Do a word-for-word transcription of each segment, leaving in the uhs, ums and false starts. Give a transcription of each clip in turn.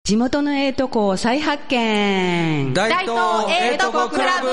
地元のええとこを再発見。 大東ええとこクラブ。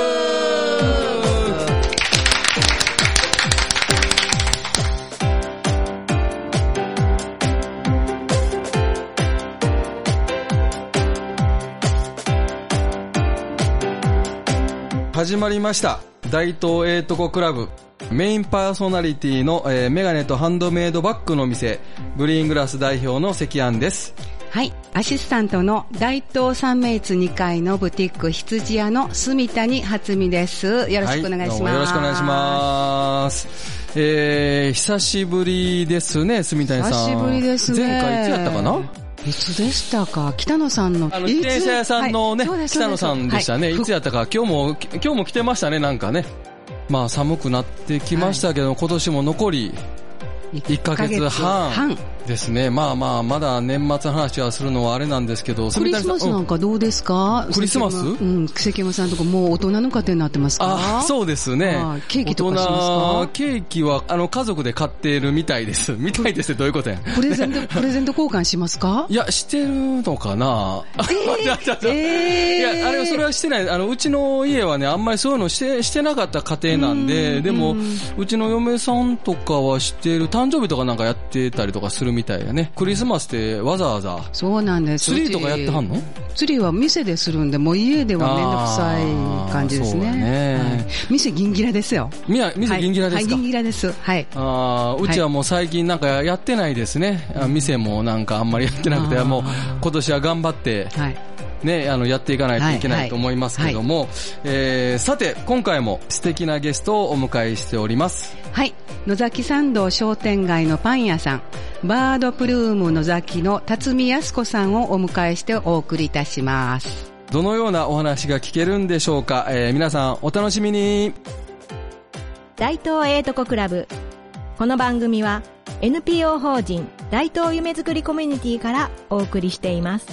始まりました大東ええとこクラブ。メインパーソナリティの、えー、メガネとハンドメイドバッグの店グリーングラス代表の関庵です。 はい、アシスタントの大東三名津にかいのブティック羊屋の住谷初美です。よろしくお願いします。 はい、どうもよろしくお願いします。えー、久しぶりですね、住谷さん。 久しぶりですね。 前回いつやったかな。 いつでしたか。北野さんのあの自転車屋さんのね、 はい、 北野さんでしたね、はい、いつやったか。今日も今日も来てましたね、なんかね。まあ寒くなってきましたけど、はい、今年も残りいっかげつはんですね。まあまあまだ年末の話はするのはあれなんですけど、 クリスマスなんかどうですか。 クリスマス、 うん、関山さんとかもう大人の家庭になってますか。 あ、そうですね。 ケーキとかしますか。 ケーキはあの家族で買っているみたいです。みたいですってどういうことや。 プレゼントプレゼント交換しますか。 いやしてるのかな。 えー、 いやあれはそれはしてない。あのうちの家はねあんまりそういうのしてしてなかった家庭なんで、でもうちの嫁さんとかはしてる。誕生日とかなんかやってたりとかするみたいやね。クリスマスってわざわざそうなんです。 ツリーとかやってはんの。 ツリーは店でするんで、もう家ではめんどくさい感じですね。ね、はい、店銀ギラですよ。 みや店銀ギラですか。 はい、銀ギラです。はい。 あうちはもう最近なんかやってないですね。はい、店もなんかあんまりやってなくて、もう今年は頑張って。はい。ね、あのやっていかないといけないと思いますけども、はいはい、えー、さて今回も素敵なゲストをお迎えしております。 はい、野崎参道商店街のパン屋さんバードプルーム野崎の辰巳康子さんをお迎えしてお送りいたします。 どのようなお話が聞けるんでしょうか。えー、皆さんお楽しみに。 大東ええとこクラブ。この番組は エヌピーオー 法人大東夢づくりコミュニティからお送りしています。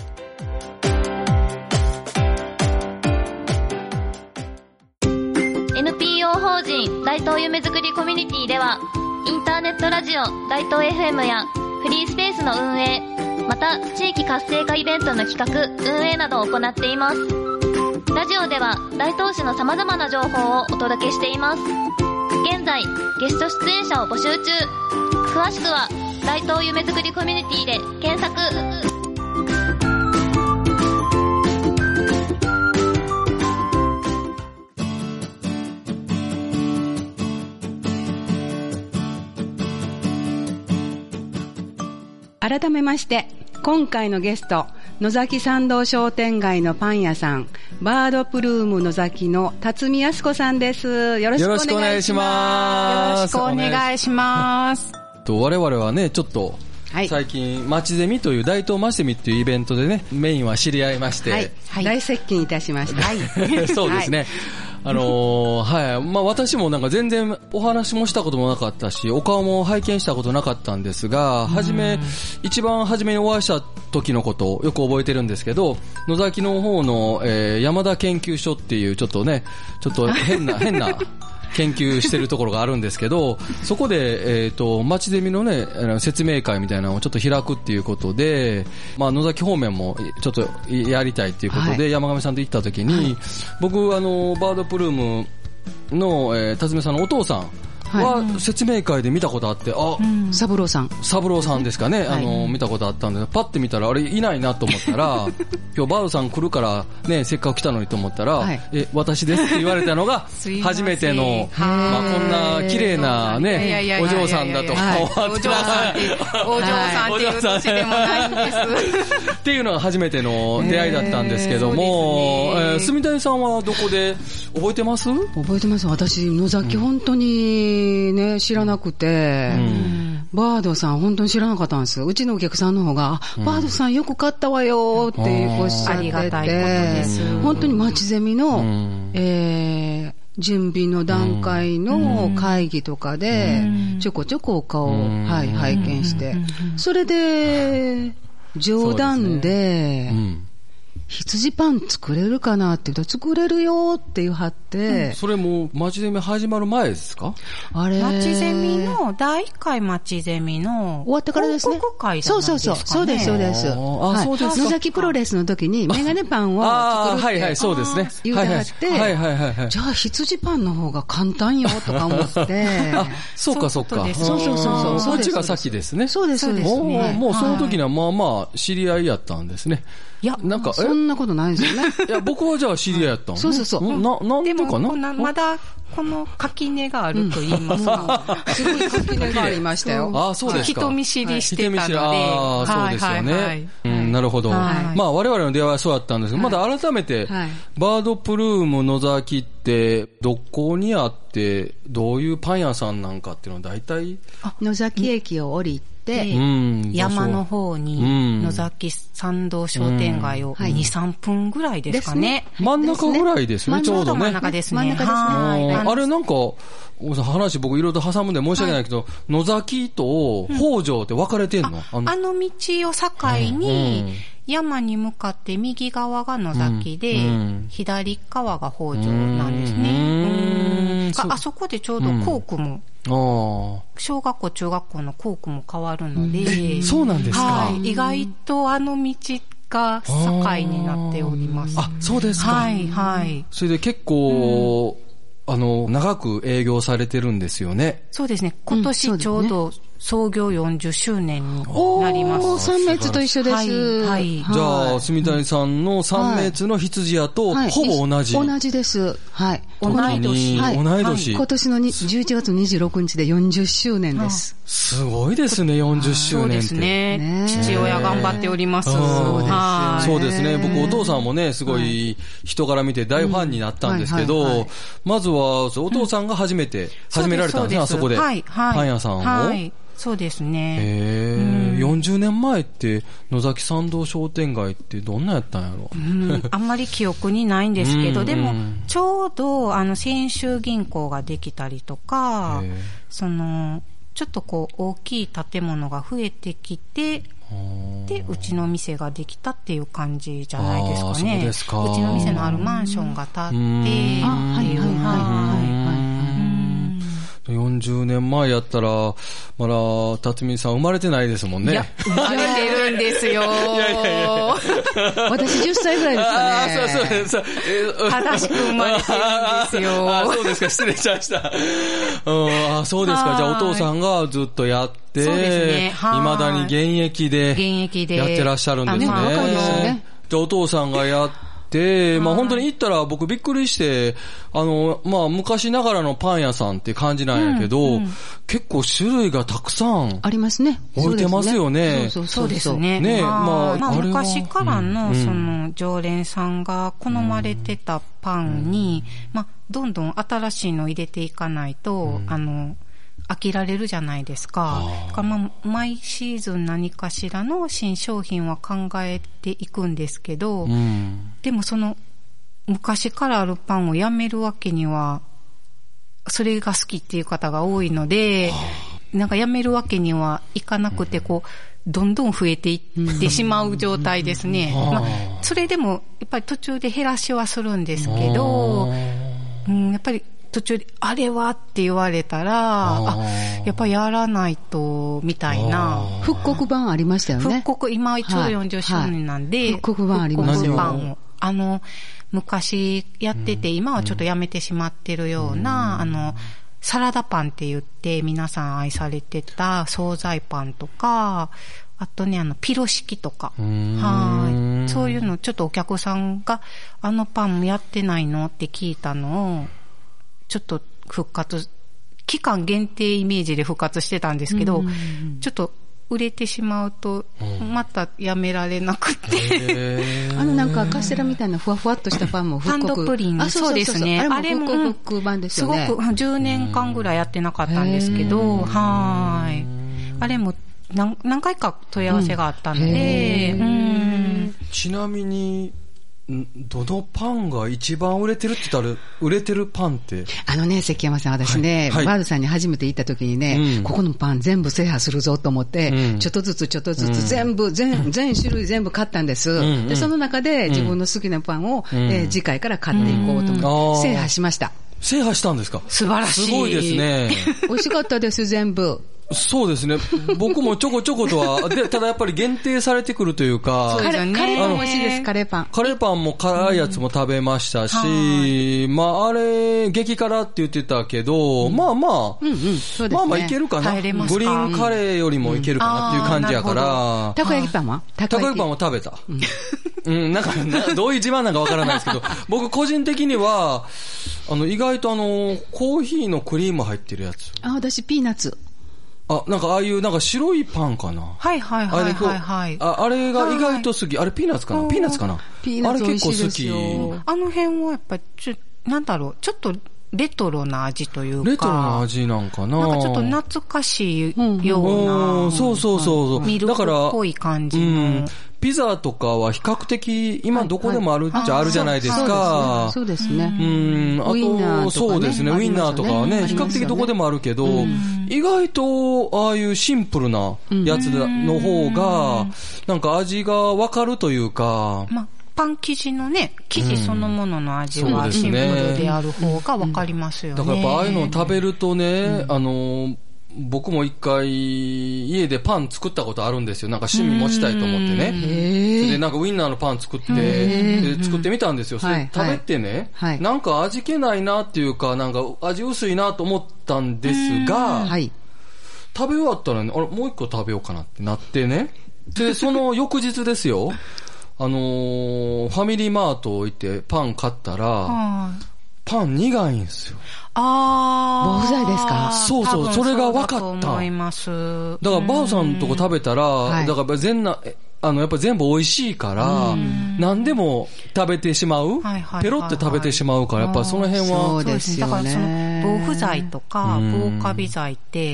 エヌピーオー 法人大東夢づくりコミュニティではインターネットラジオ大東 エフエム やフリースペースの運営、また地域活性化イベントの企画・運営などを行っています。ラジオでは大東市の様々な情報をお届けしています。現在ゲスト出演者を募集中。詳しくは大東夢づくりコミュニティで検索。 改めまして今回のゲスト野崎参道商店街のパン屋さんバードプルーム野崎の辰巳康子さんです。よろしくお願いします。 よろしくお願いします。 と我々はねちょっと最近町ゼミという大東町ゼミっていうイベントでねメインは知り合いまして、 はいはい、大接近いたしました。はい、 そうですね。はいあのー、はい。まあ私もなんか全然お話もしたこともなかったし、お顔も拝見したことなかったんですが、はじめ、一番初めにお会いした時のことをよく覚えてるんですけど、野崎の方の、えー、山田研究所っていうちょっとね、ちょっと変な、変な、研究してるところがあるんですけど、そこで、えっと、町ゼミのね、説明会みたいなのをちょっと開くっていうことで、まあ、野崎方面もちょっとやりたいっていうことで、はい、山上さんと行った時に、はい、僕、あの、バードプルームの、えー、辰巳さんのお父さん、は説明会で見たことあって、あ、 三郎さん三郎さんですかね、あの、はい、見たことあったんでパッて見たらあれいないなと思ったら今日バードさん来るからねせっかく来たのにと思ったら、はい、え私ですって言われたのが初めてのまあこんな綺麗なねお嬢さんだと思って、 お嬢さんってお嬢さんっていう年でもないんですっていうのが初めての出会いだったんですけども、えー、住谷さんはどこで覚えてます？ 覚えてます。私野崎本当にね、知らなくて、うん、バードさん本当に知らなかったんです。うちのお客さんの方が、うん、バードさんよく買ったわよっておっしゃってて、ありがたいことです。本当に町ゼミの、うん、えー、準備の段階の会議とかで、ちょこちょこお顔を、はい、拝見して、それで冗談で、 羊パン作れるかなって言うと、作れるよって言うはって。 うん、それも、町ゼミ始まる前ですか？ あれ。 町ゼミの、だいいっかい町ゼミの、 終わってからですね。 報告会じゃないですかね。 そうそうそう。そうです、そうです。 あ、はい、そうですか。 野崎プロレスの時に、メガネパンを作るって。 はいはい、そうですね。 言うてはって。 はいはいはいはい。 じゃあ、羊パンの方が簡単よ、とか思って。 あ、そうかそうか。 そうそうそうそう。 そっちが先ですね。 そうです、そうです。 もうその時にはまあまあ知り合いやったんですね。 いや、なんか、そんなことないですよね。 いや、僕はじゃあ知り合いやったんそうそうそう。 な、なんでかな？ でも、まだ、この垣根があると言いますか。 すごい垣根がありましたよ。 ああ、そうですか。 人見知りしてたので。人見知り、 ああ、そうですよね。うん、なるほど。まあ、我々の出会いはそうだったんですけど、まだ改めて、バードプルーム野崎って、どこにあって、どういうパン屋さんなんかっていうのは大体。 野崎駅を降りて、 うん、山の方に野崎参道商店街をに、さんぷんぐらいですかね。 真ん中ぐらいですね、ちょうどね。 真ん中ですね。 真ん中ですね。 あれなんか、話僕いろいろと挟むんで申し訳ないけど、野崎と北条って分かれてんの？ あの道を境に、山に向かって右側が野崎で、左側が北条なんですね。あそこでちょうど校区も、小学校、中学校の校区も変わるので、 そうなんですか。 はい。意外とあの道が境になっております。 あ、そうですか。 はい、はい。 それで結構、あの、長く営業されてるんですよね。 そうですね。今年ちょうど創業よんじゅっしゅうねんになります。 おー、三名と一緒です。はい。 はい。 じゃあ、住谷さんの三名の羊屋とほぼ同じ。 同じです。はい。 同い年。 同い年。 今年のじゅういちがつにじゅうろくにちでよんじゅっしゅうねんです。 すごいですね、よんじゅっしゅうねんって。 そうですね。父親頑張っております。 そうです。 そうですね。僕、お父さんもね、すごい人から見て大ファンになったんですけど、まずは、お父さんが初めて、始められたんですね、あそこで。はい。パン屋さんを。はい。 そうですね。 へえ、よんじゅうねんまえって野崎参道商店街ってどんなやったんやろ？ うん、あんまり記憶にないんですけど、でもちょうどあの泉州銀行ができたりとか、そのちょっとこう大きい建物が増えてきて、でうちの店ができたっていう感じじゃないですかね。そうですか。うちの店のあるマンションが建って、 あ、はいはいはいはい。 よんじゅうねんまえやったら、まだ、辰巳さん生まれてないですもんね。いや、 生まれてるんですよ。いやいやいや私じゅっさいぐらいですかね。 あ、そうそうそう。 正しく生まれてるんですよ。 あ、そうですか、失礼しました。うん、あ、そうですか。じゃあお父さんがずっとやって、そうですね。未だに現役で、現役でやってらっしゃるんですね。 まあ、若いですよね。 じゃあお父さんがやって、で、まあ本当に行ったら僕びっくりして、あの、まあ昔ながらのパン屋さんって感じなんやけど、うんうん、結構種類がたくさんありますね。 置いてますよね。 そうですね。 ね、まあ、 まあ昔からのその常連さんが好まれてたパンに、うん、まあどんどん新しいの入れていかないと、うん、あの、飽きられるじゃないですか。かまあ、毎シーズン何かしらの新商品は考えていくんですけど、うん、でもその昔からあるパンをやめるわけには、それが好きっていう方が多いので、なんかやめるわけにはいかなくて、こう、どんどん増えていってしまう状態ですね。まあ、それでもやっぱり途中で減らしはするんですけど、うん、やっぱり途中で、あれはって言われたら、あ、やっぱりやらないと、みたいな。 復刻版ありましたよね。 復刻、今ちょうどよんじゅっしゅうねんなんで、はいはい、 復刻版ありますよ。 復刻版を。あの、昔やってて、今はちょっとやめてしまってるような、うん、あの、サラダパンって言って皆さん愛されてた惣菜パンとか、あとね、あの、ピロ式とか。はい。そういうの、ちょっとお客さんが、あのパンもやってないのって聞いたのを、ちょっと復活、期間限定イメージで復活してたんですけど、ちょっと売れてしまうと、またやめられなくて。 あのなんかカステラみたいなふわふわっとしたパンも復刻。 ハンドプリン。そうですね。 あれも復刻版ですよね。 すごく、じゅうねんかんぐらいやってなかったんですけど、はい。あれも何、何回か問い合わせがあったので、 ちなみに、 どのパンが一番売れてるって言ったら、売れてるパンって。 あのね、関山さん、私ね、はいはい、バードさんに初めて行った時にね、うん、ここのパン全部制覇するぞと思って、うん、ちょっとずつちょっとずつ全部、うん、全、全種類全部買ったんです。うん、で、その中で自分の好きなパンを、うんえー、次回から買っていこうと思って、制覇しました。 制覇したんですか？ 素晴らしい。 すごいですね。 美味しかったです、全部。 そうですね。僕もちょこちょことは、で、ただやっぱり限定されてくるというか。 そうですね。カレーパン美味しいです、カレーパン。 カレーパンも辛いやつも食べましたし、うん、まああれ、激辛って言ってたけど、うん、まあまあ、うんうんそうですね、まあまあいけるかな。 入れますか。 グリーンカレーよりもいけるかなっていう感じやから。 たこ焼きパンはたこ焼きパンも食べた。うん、うん、なんか、どういう自慢なんかわからないですけど、僕個人的には、あの、意外とあの、コーヒーのクリーム入ってるやつ。 あ、私ピーナッツ。 あ、なんかああいうなんか白いパンかな。 はいはいはいはいはい。 あ, あれが意外と好き。あれピーナッツかなピーナッツかなピーナッツ美味しいですよ。 あれ結構好き。あの辺はやっぱちょ、なんだろう、ちょっとレトロな味というか。 レトロな味なんかな。 なんかちょっと懐かしいような。うんうん、そうそうそう。 ミルクっぽい感じの。うん、 ピザとかは比較的今どこでもあるっちゃあるじゃないですか。 そうですね。 うん。あと、そうですね。ウインナーとかはね、比較的どこでもあるけど、意外とああいうシンプルなやつの方が、なんか味がわかるというか。 パン生地のね、生地そのものの味はシンプルである方がわかりますよね。 だからやっぱああいうのを食べるとね、あの、僕も一回家でパン作ったことあるんですよ。なんか趣味持ちたいと思ってね。で、なんかウインナーのパン作って、で作ってみたんですよ。それ食べてね、はい、なんか味気ないなっていうか、なんか味薄いなと思ったんですが、はい、食べ終わったらね、あれもう一個食べようかなってなってね。で、その翌日ですよ。あのー、ファミリーマート行ってパン買ったら、パン苦いんですよ。 ああ。防腐剤ですか？ そうそう、それが分かった。 思います。 だからバーさんのとこ食べたら、はい、だから全な、あの、やっぱり全部美味しいから、何でも食べてしまう、はいはいはいはい、ペロって食べてしまうから、やっぱりその辺は。 そうですよね。だからその、 防腐剤とか、防カビ剤って、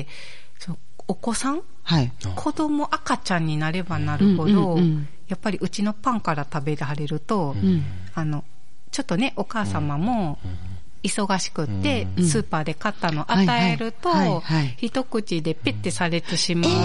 そのお子さん、はい、子供、赤ちゃんになればなるほど、うんうんうん、やっぱりうちのパンから食べられると、うん、あの、ちょっとね、お母様も、忙しくって、スーパーで買ったのを与えると、一口でペッてされてしまうって、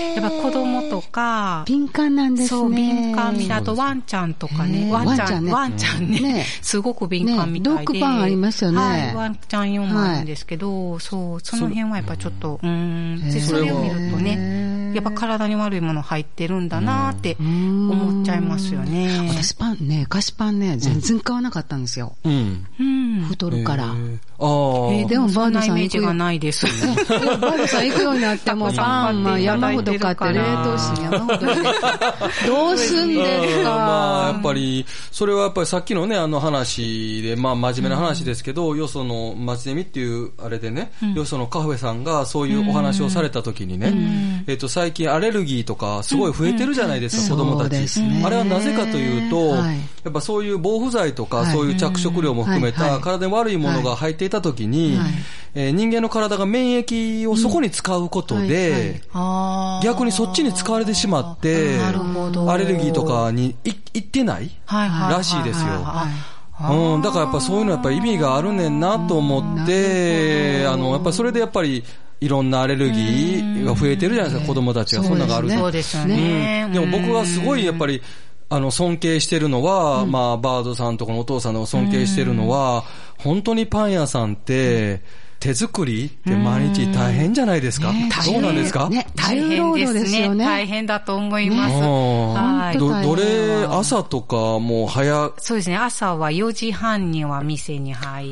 やっぱ子供とか、 敏感なんですね。 そう、敏感みたい。あとワンちゃんとかね、ワンちゃん、ワンちゃんね、すごく敏感みたいで。 ドッグパンありますよね。 はい、ワンちゃん用もあるんですけど、そう、その辺はやっぱちょっと、うん、それを見るとね、やっぱ体に悪いもの入ってるんだなって思っちゃいますよね。 私パンね、菓子パンね、全然買わなかったんですよ。うん。太るから。えー、あえー、でもバードさんイメージがないです。 バードさん行くようになってもパン、まあ山ほど買って冷凍室に山ほど入れて。どうすんですか。 まあやっぱり、それはやっぱりさっきのね、あの話で、まあ真面目な話ですけど、うん、よその町ゼミっていうあれでね、うん、よそのカフェさんがそういうお話をされた時にね、うん、えっと最近アレルギーとかすごい増えてるじゃないですか、うん、子供たち。ね、あれはなぜかというと、はい、やっぱそういう防腐剤とか、はい、そういう着色料も含めた、はいはい、体に悪いものが入っていたときに、はいえー、人間の体が免疫をそこに使うことで、うんはいはい、逆にそっちに使われてしまって、アレルギーとかにいいってないらしいですよ。うん、だからやっぱそういうのやっぱ意味があるねんなと思って、あの、やっぱそれでやっぱり、いろんなアレルギーが増えてるじゃないですか、子供たちがそんなのがある。 そうですよね。 うん、でも僕はすごいやっぱり、あの、尊敬してるのは、うん、まあ、バードさんとこのお父さんの尊敬してるのは、本当にパン屋さんって、手作りって毎日大変じゃないですか、ね、どうなんですか、 ね、大変ですね。大変だと思います。ね、 はい。ど、どれ、朝とかもう早そうですね。朝はよじはんには店に入って、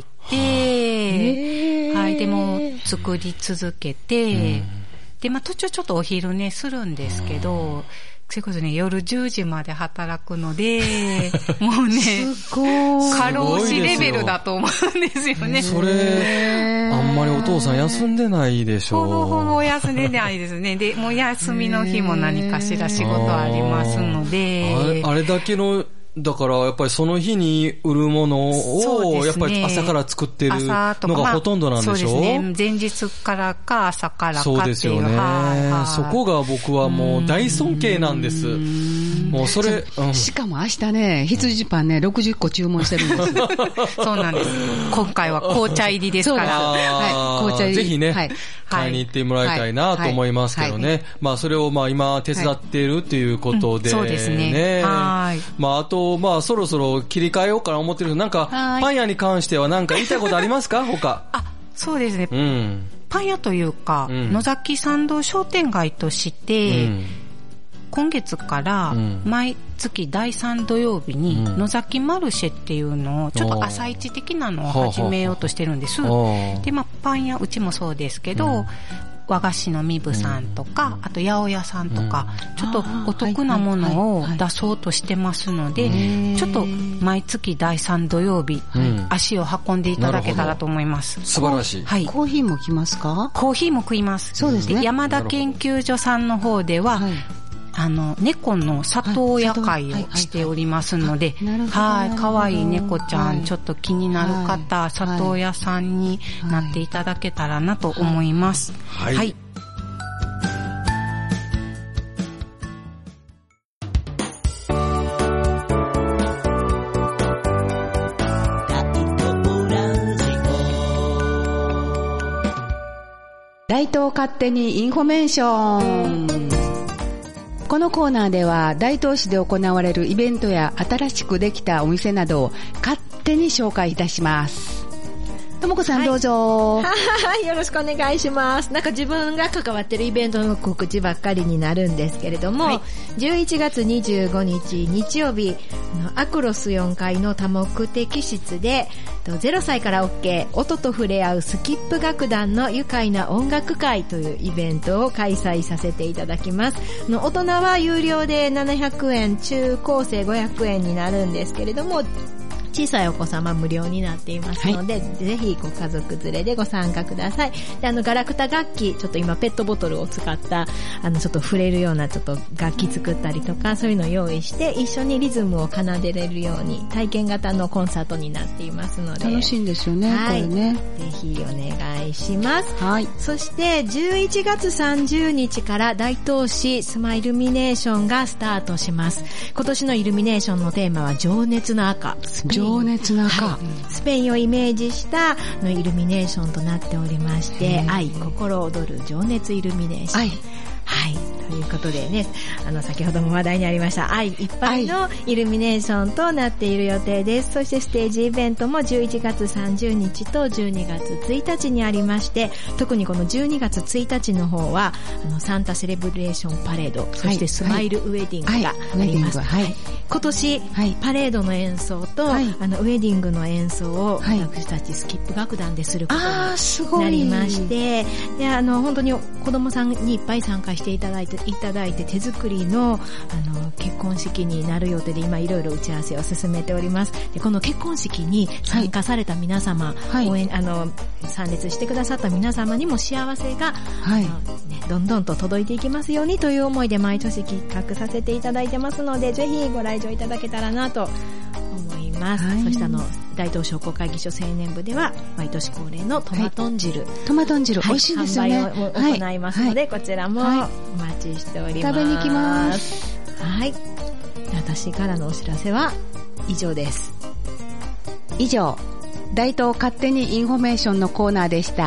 はい。でも、作り続けて、で、まあ、途中ちょっとお昼寝するんですけど、そういうことね、夜じゅうじまで働くので、もうね、過労死レベルだと思うんですよね。 それ、あんまりお父さん休んでないでしょう。 ほぼほぼ休んでないですね。で、もう休みの日も何かしら仕事ありますので。 あれ、あれだけの、だからやっぱりその日に売るものをやっぱり朝から作ってるのがほとんどなんでしょう。 そうですね。前日からか朝からかっていう。 そうですよね。そこが僕はもう大尊敬なんです。 もうそれ、 うん、しかも明日ね、羊パンね、ろくじゅっこ注文してるんですよ。 そうなんです。今回は紅茶入りですから。 はい、紅茶入り。ぜひね、はい、買いに行ってもらいたいなと思いますけどね。はいはい、まあ、それをまあ今手伝っているということで、ね、 はいうん、そうですね。はい。 まあ、あと、まあ、そろそろ切り替えようかな思ってるけど、なんか、パン屋に関してはなんか言いたいことありますか他。 あ、そうですね。 うん。 パン屋というか、うん、野崎参道商店街として、うん、今月から毎月だいさん土曜日に野崎マルシェっていうのをちょっと朝市的なのを始めようとしてるんです。で、まあ、パン屋うちもそうですけど、うん、和菓子のみぶさんとか、あと八百屋さんとか、ちょっとお得なものを出そうとしてますので、ちょっと毎月だいさん土曜日、足を運んでいただけたらと思います。 素晴らしい。 はい。コーヒーも来ますか？ コーヒーも食います。 そうですね。 山田研究所さんの方では、あの、猫の里親会をしておりますので、はい、かわいい猫ちゃん、ちょっと気になる方、里親さんになっていただけたらなと思います。はい。はい、 大東勝手にインフォメーション。このコーナーでは大東市で行われるイベントや新しくできたお店などを勝手に紹介いたします。ともこさん、はい、どうぞ。 はい、よろしくお願いします。なんか自分が関わってるイベントの告知ばっかりになるんですけれども、はい、じゅういちがつにじゅうごにち日曜日、アクロスよんかいの多目的室でゼロさいから OK 音と触れ合うスキップ楽団の愉快な音楽会というイベントを開催させていただきます。の大人は有料でななひゃくえん、中高生ごひゃくえんになるんですけれども、小さいお子様無料になっていますので、はい、ぜひご家族連れでご参加ください。で、あの、ガラクタ楽器、ちょっと今ペットボトルを使った、あの、ちょっと触れるようなちょっと楽器作ったりとか、そういうのを用意して、一緒にリズムを奏でれるように、体験型のコンサートになっていますので。 楽しいんですよね、はい、これね。 ぜひお願いします。 はい。 そして、じゅういちがつさんじゅうにちから大東市スマイルミネーションがスタートします。今年のイルミネーションのテーマは情熱の赤。 情熱の赤。 はい、スペインをイメージしたのイルミネーションとなっておりまして、愛、心躍る情熱イルミネーション。はい。ということでね、あの、先ほども話題にありました、愛いっぱいのイルミネーションとなっている予定です。そしてステージイベントもじゅういちがつさんじゅうにちとじゅうにがつついたちにありまして、特にこのじゅうにがつついたちの方は、あの、サンタセレブレーションパレード、そしてスマイルウェディングがあります。はい。はいはい、今年、はい、パレードの演奏と、はい、あの、ウェディングの演奏を、はい、私たちスキップ楽団ですることになりまして、で、あの、本当に子供さんにいっぱい参加していただいて、いただいて手作りの、あの、結婚式になる予定で今いろいろ打ち合わせを進めております。で、この結婚式に参加された皆様、はい、応援、あの、参列してくださった皆様にも幸せが、はい、あのね、どんどんと届いていきますようにという思いで毎年企画させていただいてますので、ぜひご来場いただけたらなと思います。はい、そしてあの、大東商工会議所青年部では毎年恒例のトマトン汁、はい、 トマトン汁、はい、美味しいですよね。 販売を行いますので、はい、こちらもお待ちしております。 食べに行きます。 はい。私からのお知らせは以上です。 以上、大東勝手にインフォメーションのコーナーでした。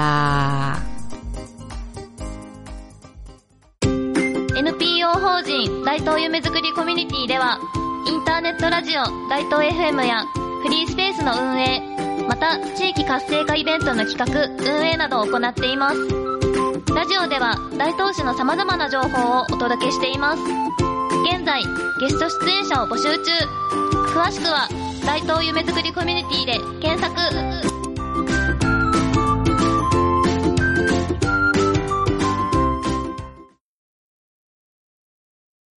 エヌピーオー 法人大東夢づくりコミュニティでは、インターネットラジオ大東 エフエム やフリースペースの運営、また地域活性化イベントの企画・運営などを行っています。ラジオでは大東市の様々な情報をお届けしています。現在ゲスト出演者を募集中。詳しくは大東夢づくりコミュニティで検索。